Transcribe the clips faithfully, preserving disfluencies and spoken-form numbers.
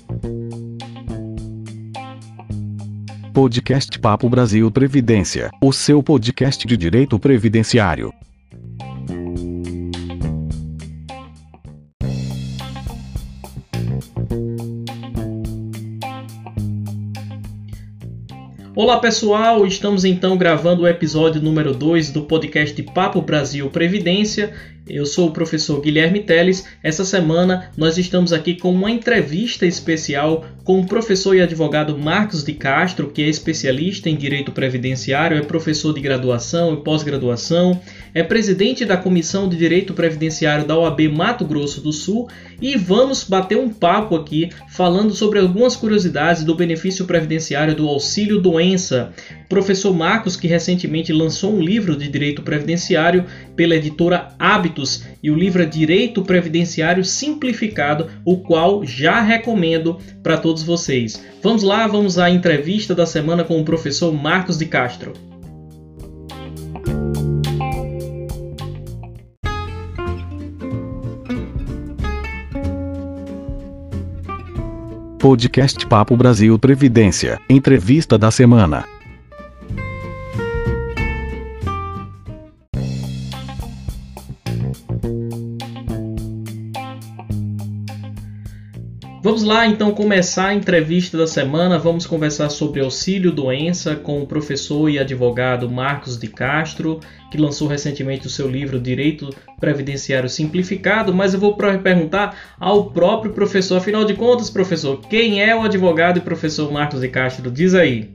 Podcast Papo Brasil Previdência, o seu podcast de direito previdenciário. Olá pessoal, estamos então gravando o episódio número dois do podcast Papo Brasil Previdência. Eu sou o professor Guilherme Teles. Essa semana nós estamos aqui com uma entrevista especial com o professor e advogado Marcos de Castro, que é especialista em direito previdenciário, é professor de graduação e pós-graduação, é presidente da Comissão de Direito Previdenciário da O A B Mato Grosso do Sul, e vamos bater um papo aqui falando sobre algumas curiosidades do benefício previdenciário do auxílio doença. O professor Marcos, que recentemente lançou um livro de direito previdenciário pela editora Hábitos, e o livro é Direito Previdenciário Simplificado, o qual já recomendo para todos vocês. Vamos lá, vamos à entrevista da semana com o professor Marcos de Castro. Podcast Papo Brasil Previdência, entrevista da semana. Vamos lá então começar a entrevista da semana. Vamos conversar sobre auxílio doença com o professor e advogado Marcos de Castro, que lançou recentemente o seu livro Direito Previdenciário Simplificado. Mas eu vou perguntar ao próprio professor, afinal de contas, professor, quem é o advogado e professor Marcos de Castro? Diz aí.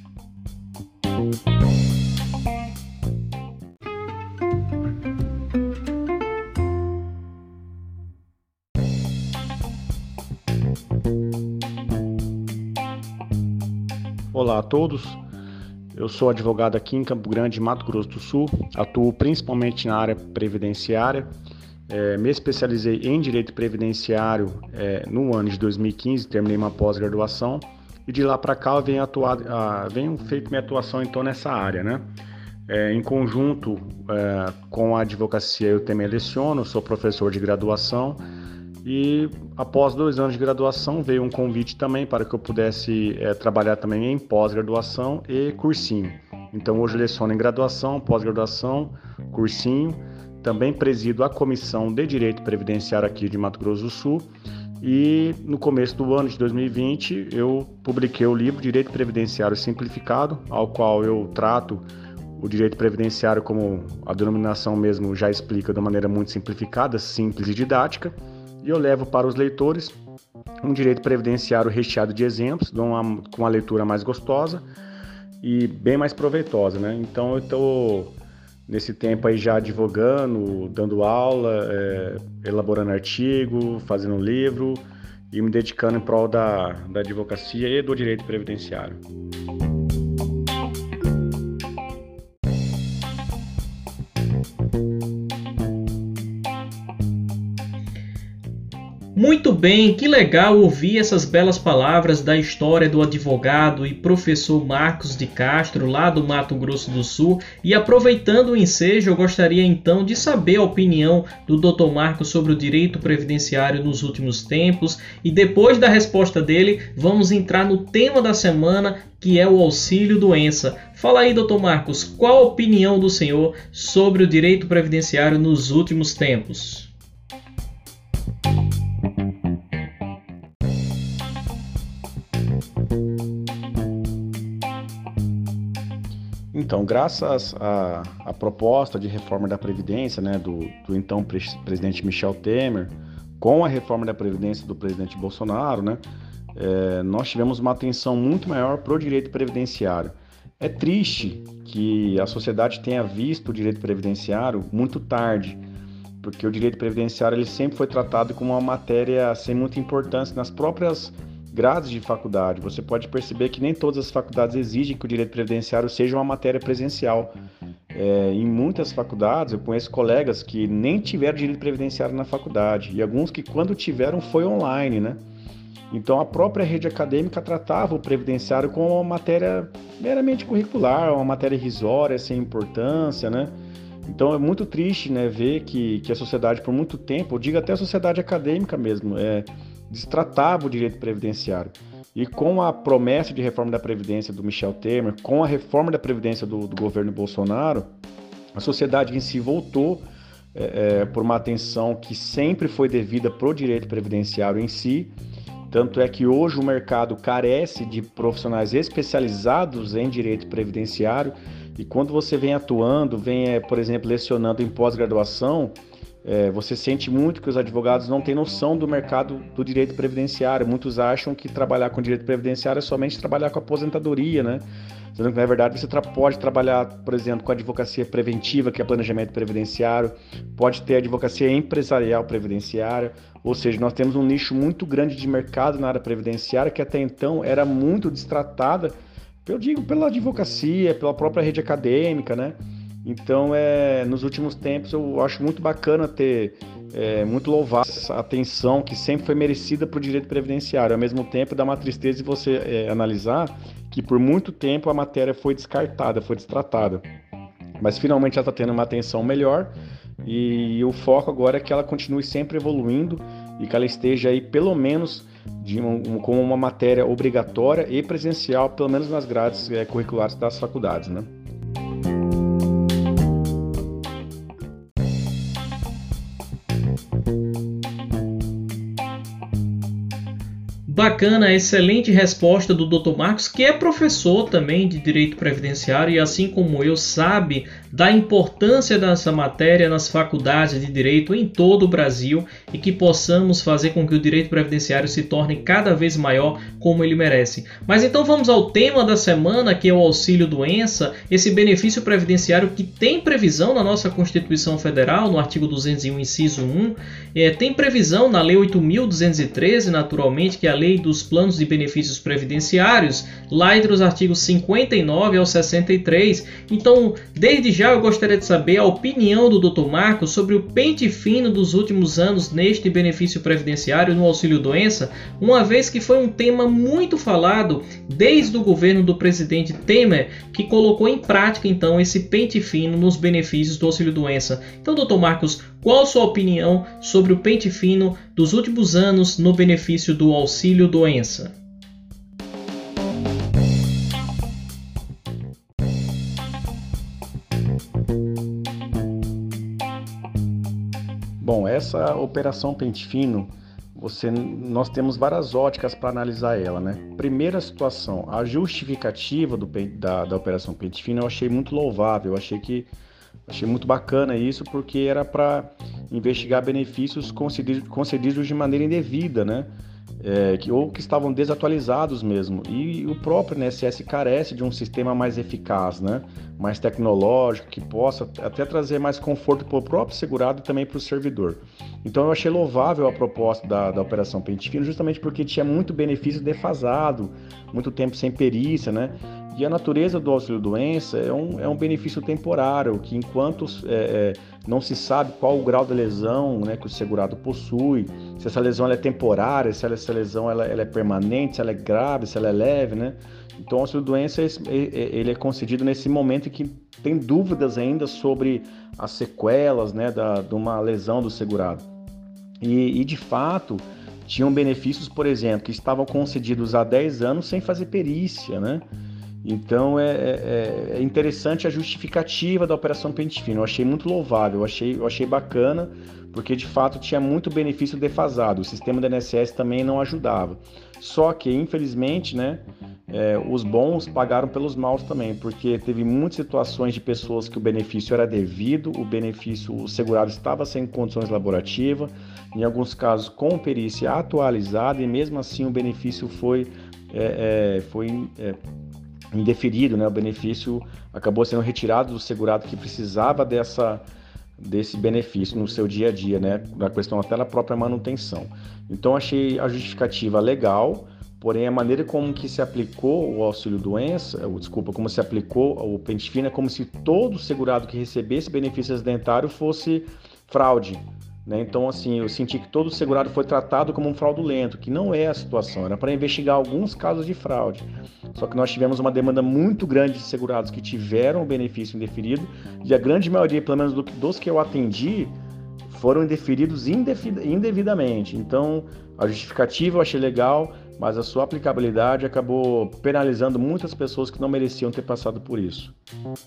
Olá a todos, eu sou advogado aqui em Campo Grande, Mato Grosso do Sul, atuo principalmente na área previdenciária, é, me especializei em direito previdenciário é, no ano de dois mil e quinze, terminei uma pós-graduação e de lá para cá eu venho, atuado, ah, venho feito minha atuação então nessa área, né? É, em conjunto é, com a advocacia eu também leciono, sou professor de graduação. E após dois anos de graduação veio um convite também para que eu pudesse é, trabalhar também em pós-graduação e cursinho. Então hoje eu leciono em graduação, pós-graduação, cursinho. Também presido a Comissão de Direito Previdenciário aqui de Mato Grosso do Sul. E no começo do ano de dois mil e vinte eu publiquei o livro Direito Previdenciário Simplificado, ao qual eu trato o direito previdenciário, como a denominação mesmo já explica, de uma maneira muito simplificada, simples e didática. E eu levo para os leitores um direito previdenciário recheado de exemplos, uma, com uma leitura mais gostosa e bem mais proveitosa, né? Então eu estou nesse tempo aí já advogando, dando aula, é, elaborando artigo, fazendo livro e me dedicando em prol da, da advocacia e do direito previdenciário. Muito bem, que legal ouvir essas belas palavras da história do advogado e professor Marcos de Castro, lá do Mato Grosso do Sul. E aproveitando o ensejo, eu gostaria então de saber a opinião do doutor Marcos sobre o direito previdenciário nos últimos tempos. E depois da resposta dele, vamos entrar no tema da semana, que é o auxílio doença. Fala aí, doutor Marcos, qual a opinião do senhor sobre o direito previdenciário nos últimos tempos? Então, graças à, à proposta de reforma da Previdência, né, do, do então pre- presidente Michel Temer, com a reforma da Previdência do presidente Bolsonaro, né, é, nós tivemos uma atenção muito maior para o direito previdenciário. É triste que a sociedade tenha visto o direito previdenciário muito tarde, porque o direito previdenciário ele sempre foi tratado como uma matéria sem muita importância nas próprias grades de faculdade. Você pode perceber que nem todas as faculdades exigem que o direito previdenciário seja uma matéria presencial. É, em muitas faculdades, eu conheço colegas que nem tiveram direito previdenciário na faculdade, e alguns que quando tiveram foi online, né? Então a própria rede acadêmica tratava o previdenciário como uma matéria meramente curricular, uma matéria irrisória, sem importância, né? Então é muito triste, né, ver que, que a sociedade por muito tempo, eu digo até a sociedade acadêmica mesmo, é, destratava o direito previdenciário. E com a promessa de reforma da Previdência do Michel Temer, com a reforma da Previdência do, do governo Bolsonaro, a sociedade em si voltou é, é, por uma atenção que sempre foi devida para o direito previdenciário em si. Tanto é que hoje o mercado carece de profissionais especializados em direito previdenciário, e quando você vem atuando, vem, é, por exemplo, lecionando em pós-graduação, é, você sente muito que os advogados não têm noção do mercado do direito previdenciário. Muitos acham que trabalhar com direito previdenciário é somente trabalhar com aposentadoria, né? Sendo que, na verdade, você tra- pode trabalhar, por exemplo, com advocacia preventiva, que é planejamento previdenciário, pode ter advocacia empresarial previdenciária, ou seja, nós temos um nicho muito grande de mercado na área previdenciária que até então era muito destratada, eu digo, pela advocacia, pela própria rede acadêmica, né? Então, é, nos últimos tempos, eu acho muito bacana ter, é, muito louvável essa atenção que sempre foi merecida para o direito previdenciário. Ao mesmo tempo, dá uma tristeza de você é, analisar que por muito tempo a matéria foi descartada, foi destratada. Mas finalmente ela está tendo uma atenção melhor e o foco agora é que ela continue sempre evoluindo e que ela esteja aí pelo menos de um, um, como uma matéria obrigatória e presencial, pelo menos nas grades é, curriculares das faculdades, né? Bacana, excelente resposta do doutor Marcos, que é professor também de Direito Previdenciário e, assim como eu, sabe da importância dessa matéria nas faculdades de Direito em todo o Brasil e que possamos fazer com que o Direito Previdenciário se torne cada vez maior como ele merece. Mas então vamos ao tema da semana, que é o auxílio-doença, esse benefício previdenciário que tem previsão na nossa Constituição Federal, no artigo duzentos e um, inciso um, é, tem previsão na Lei oito mil duzentos e treze, naturalmente, que é a Lei dos Planos de Benefícios Previdenciários, lá entre os artigos cinquenta e nove ao sessenta e três. Então, desde já eu gostaria de saber a opinião do doutor Marcos sobre o pente fino dos últimos anos neste benefício previdenciário no auxílio-doença, uma vez que foi um tema muito falado desde o governo do presidente Temer, que colocou em prática então esse pente fino nos benefícios do auxílio-doença. Então, doutor Marcos, qual a sua opinião sobre o pente fino dos últimos anos no benefício do auxílio-doença? Bom, essa operação pente fino, você, nós temos várias óticas para analisar ela, né? Primeira situação, a justificativa do, da, da operação pente fino eu achei muito louvável, eu achei que Achei muito bacana isso, porque era para investigar benefícios concedidos, concedidos de maneira indevida, né? É, que, ou que estavam desatualizados mesmo. E o próprio I N S S carece de um sistema mais eficaz, né? Mais tecnológico, que possa até trazer mais conforto para o próprio segurado e também para o servidor. Então eu achei louvável a proposta da, da Operação Pente Fino, justamente porque tinha muito benefício defasado, muito tempo sem perícia, né? E a natureza do auxílio-doença é um, é um benefício temporário, que enquanto é, é, não se sabe qual o grau da lesão, né, que o segurado possui, se essa lesão ela é temporária, se essa lesão ela, ela é permanente, se ela é grave, se ela é leve, né? Então o auxílio-doença ele é concedido nesse momento em que tem dúvidas ainda sobre as sequelas, né, da, de uma lesão do segurado. E, e de fato, tinham benefícios, por exemplo, que estavam concedidos há dez anos sem fazer perícia, né? Então é, é, é interessante a justificativa da Operação Pente Fino, eu achei muito louvável, eu achei, eu achei bacana, porque de fato tinha muito benefício defasado, o sistema do I N S S também não ajudava. Só que, infelizmente, né, é, os bons pagaram pelos maus também, porque teve muitas situações de pessoas que o benefício era devido, o benefício, o segurado estava sem condições laborativas, em alguns casos com perícia atualizada, e mesmo assim o benefício foi... É, é, foi é, indeferido, né? O benefício acabou sendo retirado do segurado que precisava dessa, desse benefício no seu dia a dia, né? Na questão até da própria manutenção. Então achei a justificativa legal, porém a maneira como que se aplicou o auxílio-doença, desculpa, como se aplicou o pente fino é como se todo segurado que recebesse benefício acidentário fosse fraude. Né? Então, assim, eu senti que todo segurado foi tratado como um fraudulento, que não é a situação, era para investigar alguns casos de fraude. Só que nós tivemos uma demanda muito grande de segurados que tiveram o benefício indeferido, e a grande maioria, pelo menos dos que eu atendi, foram indeferidos indevidamente. Então, a justificativa eu achei legal, mas a sua aplicabilidade acabou penalizando muitas pessoas que não mereciam ter passado por isso.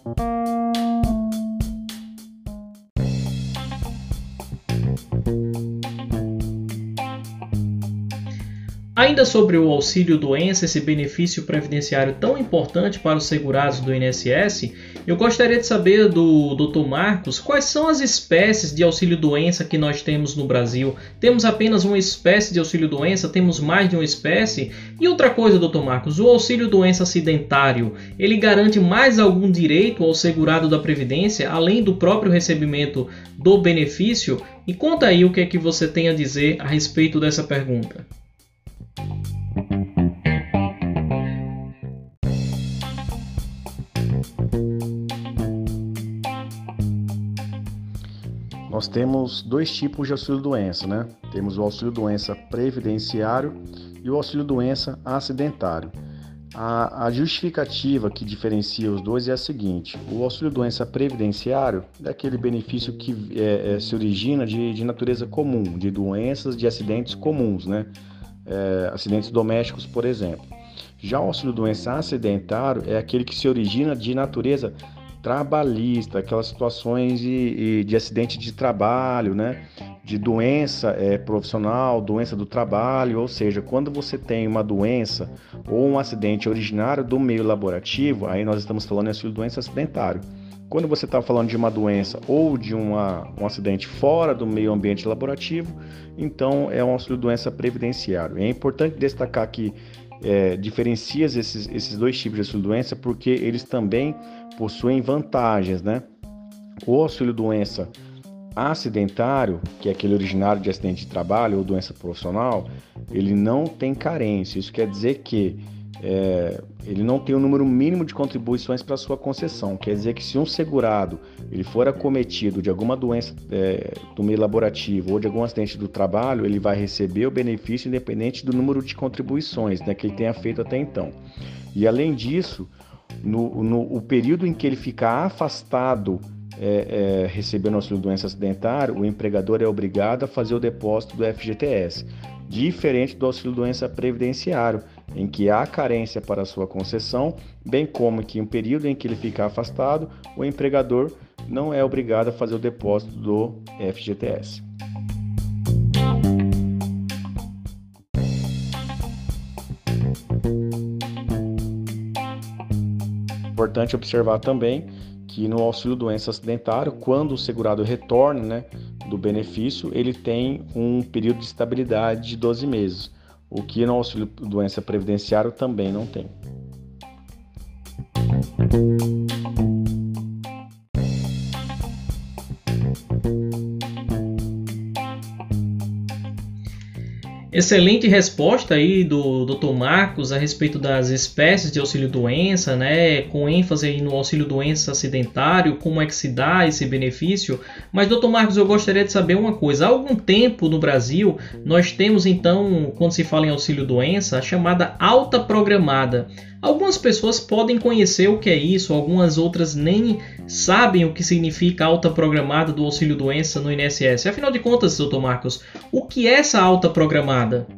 Ainda sobre o auxílio-doença, esse benefício previdenciário tão importante para os segurados do I N S S, eu gostaria de saber do doutor Marcos quais são as espécies de auxílio-doença que nós temos no Brasil. Temos apenas uma espécie de auxílio-doença? Temos mais de uma espécie? E outra coisa, doutor Marcos, o auxílio-doença acidentário, ele garante mais algum direito ao segurado da Previdência, além do próprio recebimento do benefício? E conta aí o que é que você tem a dizer a respeito dessa pergunta. Nós temos dois tipos de auxílio-doença, né? Temos o auxílio-doença previdenciário e o auxílio-doença acidentário. A, a justificativa que diferencia os dois é a seguinte: o auxílio-doença previdenciário é aquele benefício que é, é, se origina de, de natureza comum, de doenças, de acidentes comuns, né? É, acidentes domésticos, por exemplo. Já o auxílio-doença acidentário é aquele que se origina de natureza trabalhista, aquelas situações de, de acidente de trabalho, né? De doença é, profissional, doença do trabalho, ou seja, quando você tem uma doença ou um acidente originário do meio laborativo, aí nós estamos falando de auxílio-doença acidentário. Quando você está falando de uma doença ou de uma, um acidente fora do meio ambiente laborativo, então é um auxílio-doença previdenciário. É importante destacar que é, diferencia esses, esses dois tipos de auxílio-doença porque eles também possuem vantagens, né? O auxílio-doença acidentário, que é aquele originário de acidente de trabalho ou doença profissional, ele não tem carência. Isso quer dizer que é, ele não tem um número mínimo de contribuições para sua concessão. Quer dizer que se um segurado ele for acometido de alguma doença é, do meio laborativo ou de algum acidente do trabalho, ele vai receber o benefício independente do número de contribuições, né, que ele tenha feito até então. E além disso, no, no o período em que ele fica afastado É, é, recebendo auxílio-doença acidentário, o empregador é obrigado a fazer o depósito do F G T S, diferente do auxílio-doença previdenciário, em que há carência para a sua concessão, bem como que em um período em que ele fica afastado, o empregador não é obrigado a fazer o depósito do F G T S. Importante observar também que no auxílio-doença acidentário, quando o segurado retorna, né, do benefício, ele tem um período de estabilidade de doze meses, o que no auxílio-doença previdenciário também não tem. Excelente resposta aí do doutor Marcos a respeito das espécies de auxílio-doença, né? Com ênfase aí no auxílio-doença acidentário, como é que se dá esse benefício. Mas, doutor Marcos, eu gostaria de saber uma coisa. Há algum tempo no Brasil, nós temos então, quando se fala em auxílio-doença, a chamada alta programada. Algumas pessoas podem conhecer o que é isso, algumas outras nem sabem o que significa alta programada do auxílio-doença no I N S S. Afinal de contas, doutor Marcos, o que é essa alta programada?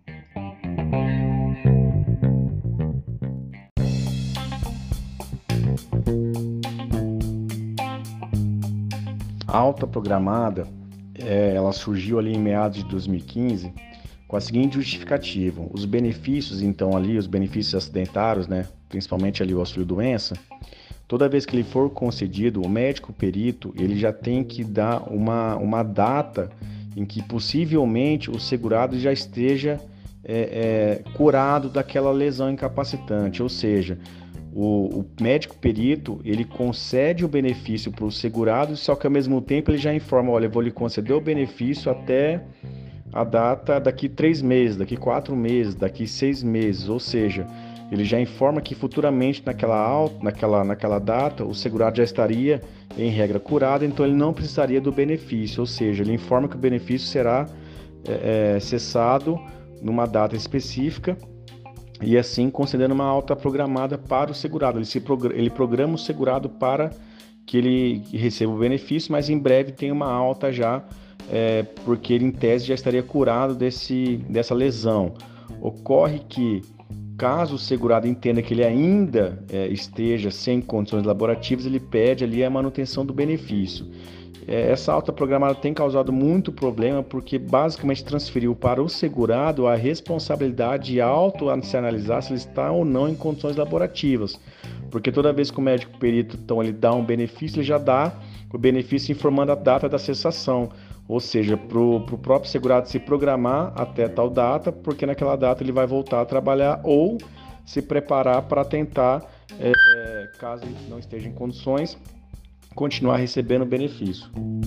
A alta programada, é, ela surgiu ali em meados de dois mil e quinze com a seguinte justificativa: os benefícios, então ali, os benefícios acidentários, né, principalmente ali o auxílio-doença, toda vez que ele for concedido, o médico perito, ele já tem que dar uma, uma data em que possivelmente o segurado já esteja é, é, curado daquela lesão incapacitante, ou seja, o, o médico perito, ele concede o benefício para o segurado, só que ao mesmo tempo ele já informa: olha, eu vou lhe conceder o benefício até a data daqui três meses, daqui quatro meses, daqui seis meses, ou seja, ele já informa que futuramente naquela, alta, naquela, naquela data o segurado já estaria em regra curado, então ele não precisaria do benefício, ou seja, ele informa que o benefício será é, é, cessado numa data específica e assim concedendo uma alta programada para o segurado. Ele, se programa, ele programa o segurado para que ele receba o benefício, mas em breve tem uma alta já é, porque ele em tese já estaria curado desse, dessa lesão. Ocorre que, caso o segurado entenda que ele ainda é, esteja sem condições laborativas, ele pede ali a manutenção do benefício. É, essa alta programada tem causado muito problema porque basicamente transferiu para o segurado a responsabilidade de auto se analisar se ele está ou não em condições laborativas. Porque toda vez que o médico perito então, ele dá um benefício, ele já dá o benefício informando a data da cessação. Ou seja, para o próprio segurado se programar até tal data, porque naquela data ele vai voltar a trabalhar ou se preparar para tentar, é, caso ele não esteja em condições, continuar recebendo o benefício.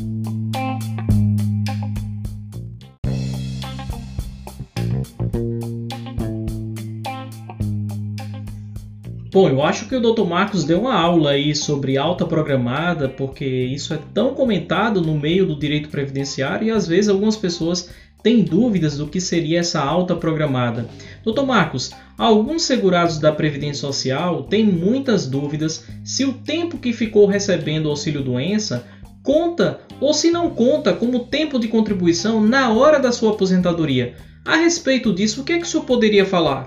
Bom, eu acho que o doutor Marcos deu uma aula aí sobre alta programada, porque isso é tão comentado no meio do direito previdenciário e às vezes algumas pessoas têm dúvidas do que seria essa alta programada. doutor Marcos, alguns segurados da Previdência Social têm muitas dúvidas se o tempo que ficou recebendo o auxílio-doença conta ou se não conta como tempo de contribuição na hora da sua aposentadoria. A respeito disso, o que é que o senhor poderia falar?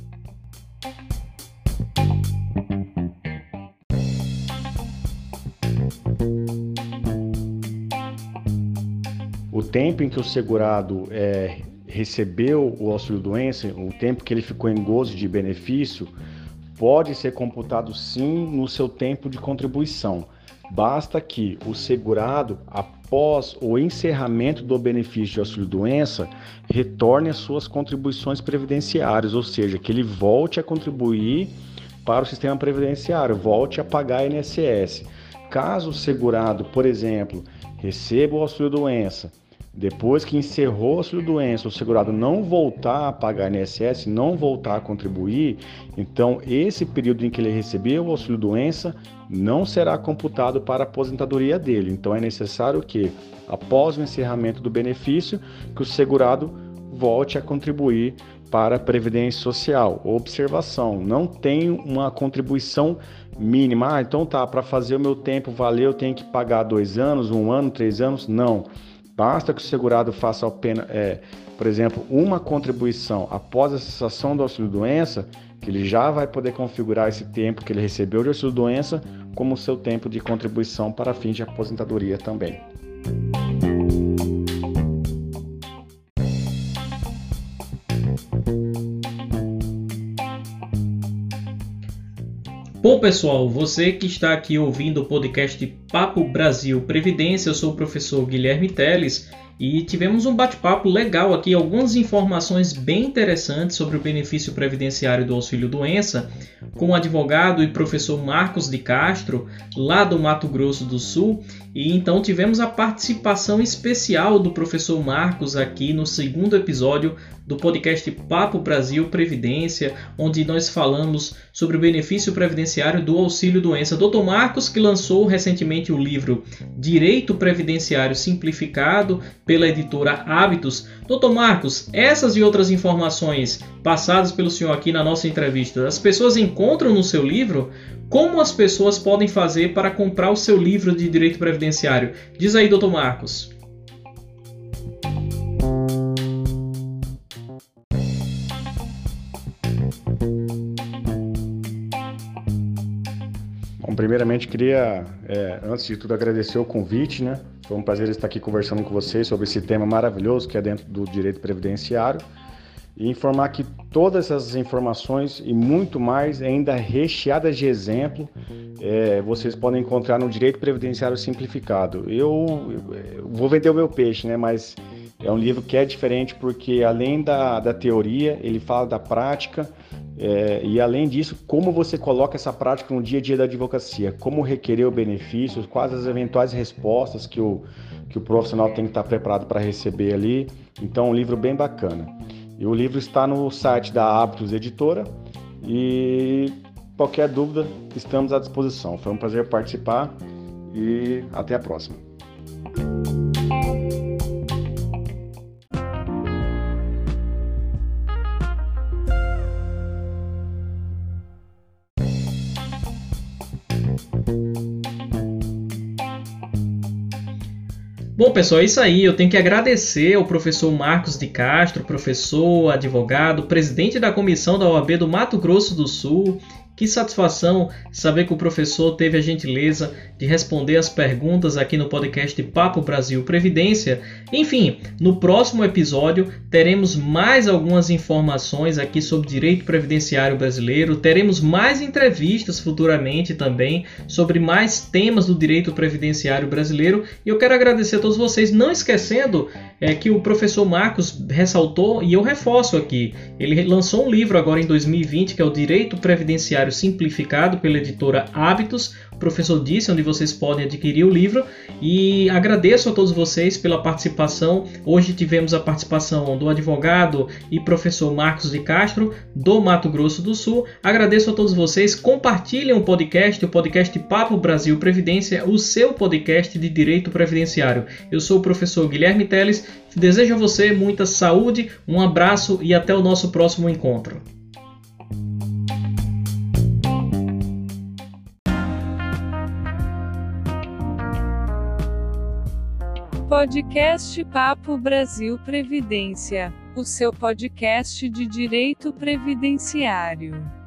O tempo em que o segurado é, recebeu o auxílio-doença, o tempo que ele ficou em gozo de benefício, pode ser computado sim no seu tempo de contribuição. Basta que o segurado, após o encerramento do benefício de auxílio-doença, retorne às suas contribuições previdenciárias, ou seja, que ele volte a contribuir para o sistema previdenciário, volte a pagar I N S S. Caso o segurado, por exemplo, receba o auxílio-doença, depois que encerrou o auxílio-doença, o segurado não voltar a pagar I N S S, não voltar a contribuir, então esse período em que ele recebeu o auxílio-doença não será computado para a aposentadoria dele. Então é necessário que, após o encerramento do benefício, que o segurado volte a contribuir para a Previdência Social. Observação, não tem uma contribuição mínima. Ah, então tá, para fazer o meu tempo valer eu tenho que pagar dois anos, um ano, três anos? Não. Basta que o segurado faça apenas, é, por exemplo, uma contribuição após a cessação do auxílio-doença, que ele já vai poder configurar esse tempo que ele recebeu de auxílio-doença como seu tempo de contribuição para fins de aposentadoria também. Bom, pessoal, você que está aqui ouvindo o podcast Papo Brasil Previdência, eu sou o professor Guilherme Teles e tivemos um bate-papo legal aqui, algumas informações bem interessantes sobre o benefício previdenciário do auxílio-doença com o advogado e professor Marcos de Castro, lá do Mato Grosso do Sul. E então tivemos a participação especial do professor Marcos aqui no segundo episódio do podcast Papo Brasil Previdência, onde nós falamos sobre o benefício previdenciário do auxílio-doença. doutor Marcos, que lançou recentemente o livro Direito Previdenciário Simplificado pela editora Hábitos. doutor Marcos, essas e outras informações passadas pelo senhor aqui na nossa entrevista, as pessoas encontram no seu livro? Como as pessoas podem fazer para comprar o seu livro de Direito Previdenciário? Diz aí, doutor Marcos. Bom, primeiramente queria, é, antes de tudo, agradecer o convite, né? Foi um prazer estar aqui conversando com vocês sobre esse tema maravilhoso que é dentro do direito previdenciário e informar que todas essas informações e muito mais, ainda recheadas de exemplo, é, vocês podem encontrar no Direito Previdenciário Simplificado. Eu, eu vou vender o meu peixe, né? Mas é um livro que é diferente porque, além da, da teoria, ele fala da prática. É, e além disso, como você coloca essa prática no dia a dia da advocacia, como requerer o benefício, quais as eventuais respostas que o, que o profissional tem que estar preparado para receber ali. Então, é um livro bem bacana. E o livro está no site da Hábitos Editora e qualquer dúvida, estamos à disposição. Foi um prazer participar e até a próxima. Bom, pessoal, é isso aí. Eu tenho que agradecer ao professor Marcos de Castro, professor, advogado, presidente da comissão da O A B do Mato Grosso do Sul. Que satisfação saber que o professor teve a gentileza de responder as perguntas aqui no podcast Papo Brasil Previdência. Enfim, no próximo episódio teremos mais algumas informações aqui sobre direito previdenciário brasileiro, teremos mais entrevistas futuramente também sobre mais temas do direito previdenciário brasileiro. E eu quero agradecer a todos vocês, não esquecendo é, que o professor Marcos ressaltou, e eu reforço aqui, ele lançou um livro agora em dois mil e vinte, que é o Direito Previdenciário Simplificado, pela editora Hábitos. O professor disse onde vocês podem adquirir o livro, e agradeço a todos vocês pela participação. Hoje tivemos a participação do advogado e professor Marcos de Castro, do Mato Grosso do Sul. Agradeço a todos vocês, compartilhem o podcast, o podcast Papo Brasil Previdência, o seu podcast de direito previdenciário. Eu sou o professor Guilherme Teles, desejo a você muita saúde, um abraço e até o nosso próximo encontro. Podcast Papo Brasil Previdência, o seu podcast de direito previdenciário.